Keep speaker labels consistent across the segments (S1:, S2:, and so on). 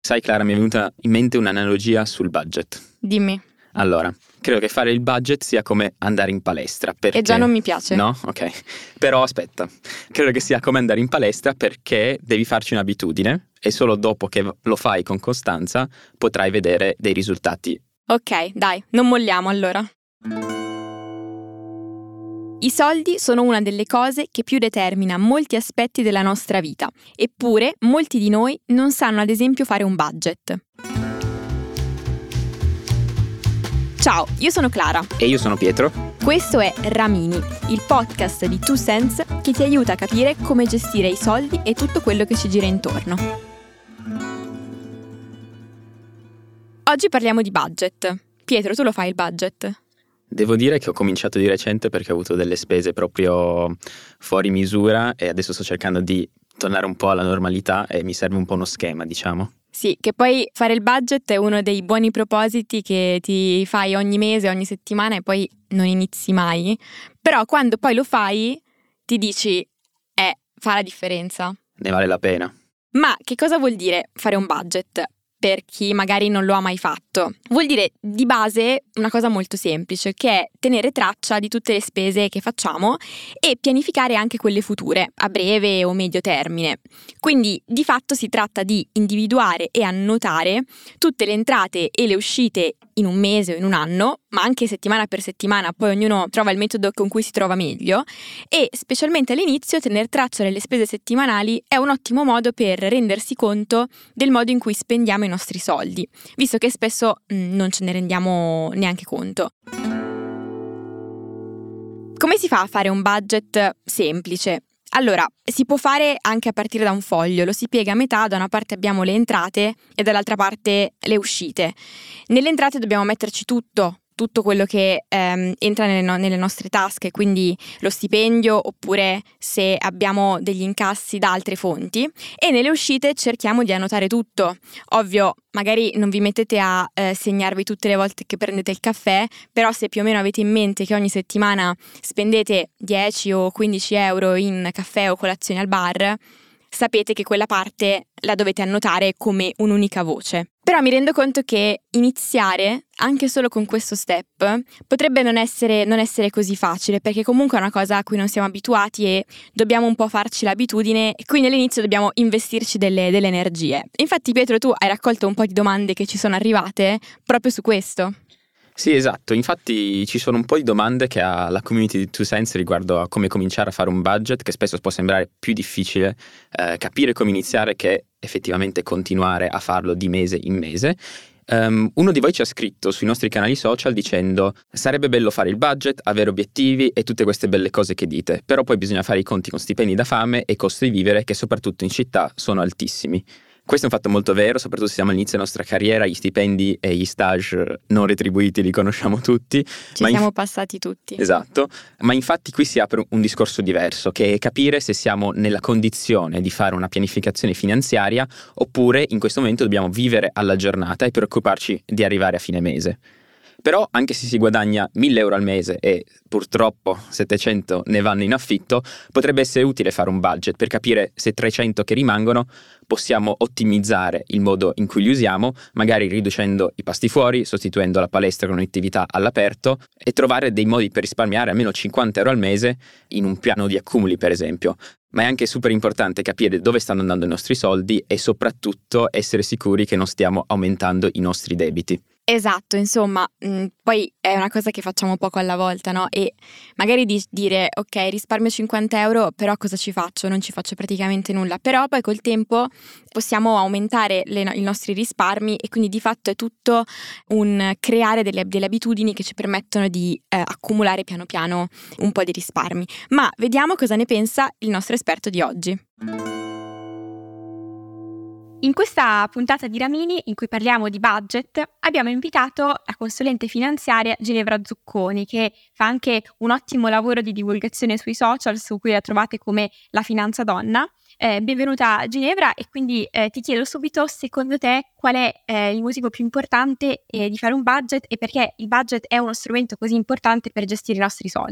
S1: Sai Clara, mi è venuta in mente un'analogia sul budget.
S2: Dimmi.
S1: Allora, credo che fare il budget sia come andare in palestra, perché...
S2: E già non mi piace.
S1: No? Ok. Però aspetta, credo che sia come andare in palestra perché devi farci un'abitudine e solo dopo che lo fai con costanza potrai vedere dei risultati.
S2: Ok, dai, non molliamo allora. I soldi sono una delle cose che più determina molti aspetti della nostra vita, eppure molti di noi non sanno ad esempio fare un budget. Ciao, io sono Clara.
S1: E io sono Pietro.
S2: Questo è Ramini, il podcast di 2 Cents che ti aiuta a capire come gestire i soldi e tutto quello che ci gira intorno. Oggi parliamo di budget. Pietro, tu lo fai il budget?
S1: Devo dire che ho cominciato di recente perché ho avuto delle spese proprio fuori misura e adesso sto cercando di tornare un po' alla normalità e mi serve un po' uno schema, diciamo.
S2: Sì, che poi fare il budget è uno dei buoni propositi che ti fai ogni mese, ogni settimana e poi non inizi mai. Però quando poi lo fai ti dici, fa la differenza.
S1: Ne vale la pena.
S2: Ma che cosa vuol dire fare un budget? Per chi magari non lo ha mai fatto. Vuol dire di base una cosa molto semplice, che è tenere traccia di tutte le spese che facciamo e pianificare anche quelle future, a breve o medio termine. Quindi di fatto si tratta di individuare e annotare tutte le entrate e le uscite in un mese o in un anno, ma anche settimana per settimana, poi ognuno trova il metodo con cui si trova meglio, e specialmente all'inizio tener traccia delle spese settimanali è un ottimo modo per rendersi conto del modo in cui spendiamo i nostri soldi, visto che spesso non ce ne rendiamo neanche conto. Come si fa a fare un budget semplice? Allora, si può fare anche a partire da un foglio, lo si piega a metà, da una parte abbiamo le entrate e dall'altra parte le uscite. Nelle entrate dobbiamo metterci tutto quello che entra nelle nostre tasche, quindi lo stipendio oppure se abbiamo degli incassi da altre fonti, e nelle uscite cerchiamo di annotare tutto. Ovvio, magari non vi mettete a segnarvi tutte le volte che prendete il caffè, però se più o meno avete in mente che ogni settimana spendete 10 o 15 euro in caffè o colazioni al bar, sapete che quella parte la dovete annotare come un'unica voce. Però mi rendo conto che iniziare anche solo con questo step potrebbe non essere così facile, perché comunque è una cosa a cui non siamo abituati e dobbiamo un po' farci l'abitudine, e quindi all'inizio dobbiamo investirci delle energie. Infatti Pietro, tu hai raccolto un po' di domande che ci sono arrivate proprio su questo.
S1: Sì, esatto, infatti ci sono un po' di domande che ha la community di 2 Cents riguardo a come cominciare a fare un budget, che spesso può sembrare più difficile capire come iniziare che effettivamente continuare a farlo di mese in mese. Uno di voi ci ha scritto sui nostri canali social dicendo: sarebbe bello fare il budget, avere obiettivi e tutte queste belle cose che dite, però poi bisogna fare i conti con stipendi da fame e costi di vivere che soprattutto in città sono altissimi. Questo è un fatto molto vero, soprattutto se siamo all'inizio della nostra carriera, gli stipendi e gli stage non retribuiti li conosciamo tutti.
S2: Siamo passati tutti.
S1: Esatto, ma infatti qui si apre un discorso diverso, che è capire se siamo nella condizione di fare una pianificazione finanziaria oppure in questo momento dobbiamo vivere alla giornata e preoccuparci di arrivare a fine mese. Però anche se si guadagna 1.000 euro al mese e purtroppo 700 ne vanno in affitto, potrebbe essere utile fare un budget per capire se 300 che rimangono possiamo ottimizzare il modo in cui li usiamo, magari riducendo i pasti fuori, sostituendo la palestra con un'attività all'aperto e trovare dei modi per risparmiare almeno 50 euro al mese in un piano di accumuli, per esempio. Ma è anche super importante capire dove stanno andando i nostri soldi e soprattutto essere sicuri che non stiamo aumentando i nostri debiti.
S2: Esatto, insomma, poi è una cosa che facciamo poco alla volta, no? E magari dire, ok, risparmio 50 euro, però cosa ci faccio? Non ci faccio praticamente nulla. Però poi col tempo possiamo aumentare i nostri risparmi e quindi di fatto è tutto un creare delle abitudini che ci permettono di accumulare piano piano un po' di risparmi. Ma vediamo cosa ne pensa il nostro esperto di oggi.
S3: In questa puntata di Ramini, in cui parliamo di budget, abbiamo invitato la consulente finanziaria Ginevra Zucconi, che fa anche un ottimo lavoro di divulgazione sui social, su cui la trovate come La Finanza Donna. Benvenuta Ginevra, e quindi ti chiedo subito, secondo te, qual è il motivo più importante di fare un budget e perché il budget è uno strumento così importante per gestire i nostri soldi?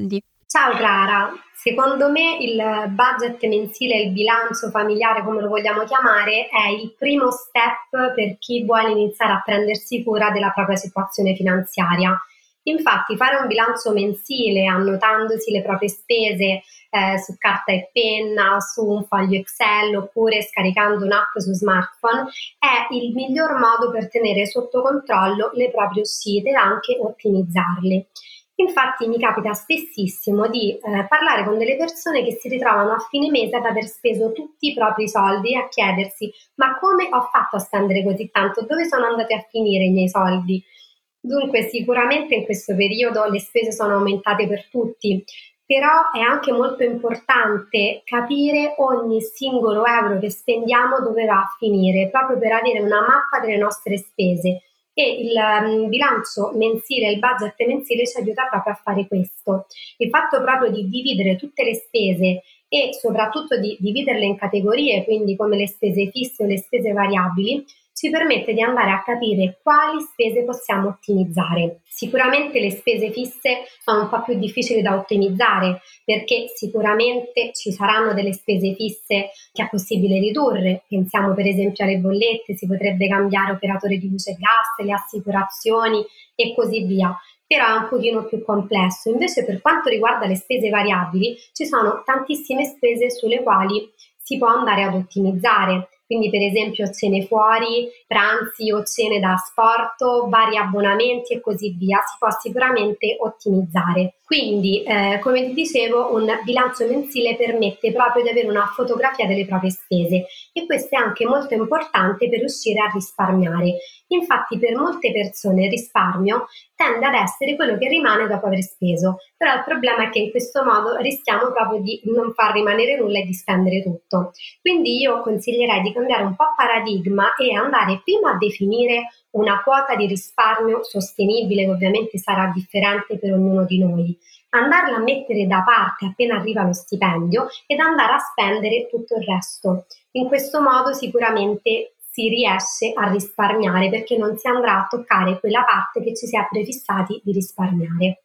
S4: Ciao Clara, secondo me il budget mensile, il bilancio familiare, come lo vogliamo chiamare, è il primo step per chi vuole iniziare a prendersi cura della propria situazione finanziaria. Infatti fare un bilancio mensile annotandosi le proprie spese su carta e penna, su un foglio Excel oppure scaricando un'app su smartphone è il miglior modo per tenere sotto controllo le proprie uscite e anche ottimizzarle. Infatti mi capita spessissimo di parlare con delle persone che si ritrovano a fine mese ad aver speso tutti i propri soldi e a chiedersi: ma come ho fatto a spendere così tanto? Dove sono andati a finire i miei soldi? Dunque sicuramente in questo periodo le spese sono aumentate per tutti, però è anche molto importante capire ogni singolo euro che spendiamo dove va a finire, proprio per avere una mappa delle nostre spese. E il bilancio mensile, il budget mensile ci aiuta proprio a fare questo. Il fatto proprio di dividere tutte le spese e soprattutto di dividerle in categorie, quindi come le spese fisse o le spese variabili, ci permette di andare a capire quali spese possiamo ottimizzare. Sicuramente le spese fisse sono un po' più difficili da ottimizzare perché sicuramente ci saranno delle spese fisse che è possibile ridurre. Pensiamo per esempio alle bollette, si potrebbe cambiare operatore di luce e gas, le assicurazioni e così via. Però è un pochino più complesso. Invece per quanto riguarda le spese variabili ci sono tantissime spese sulle quali si può andare ad ottimizzare. Quindi per esempio cene fuori, pranzi o cene da sport, vari abbonamenti e così via, si può sicuramente ottimizzare. Quindi come ti dicevo, un bilancio mensile permette proprio di avere una fotografia delle proprie spese e questo è anche molto importante per riuscire a risparmiare. Infatti per molte persone il risparmio tende ad essere quello che rimane dopo aver speso, però il problema è che in questo modo rischiamo proprio di non far rimanere nulla e di spendere tutto. Quindi io consiglierei di cambiare un po' paradigma e andare prima a definire una quota di risparmio sostenibile, che ovviamente sarà differente per ognuno di noi, andarla a mettere da parte appena arriva lo stipendio ed andare a spendere tutto il resto. In questo modo sicuramente si riesce a risparmiare perché non si andrà a toccare quella parte che ci si è prefissati di risparmiare.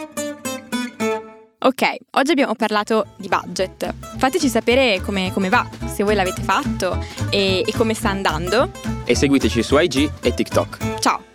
S2: Ok, oggi abbiamo parlato di budget. Fateci sapere come va, se voi l'avete fatto e come sta andando.
S1: E seguiteci su IG e TikTok.
S2: Ciao!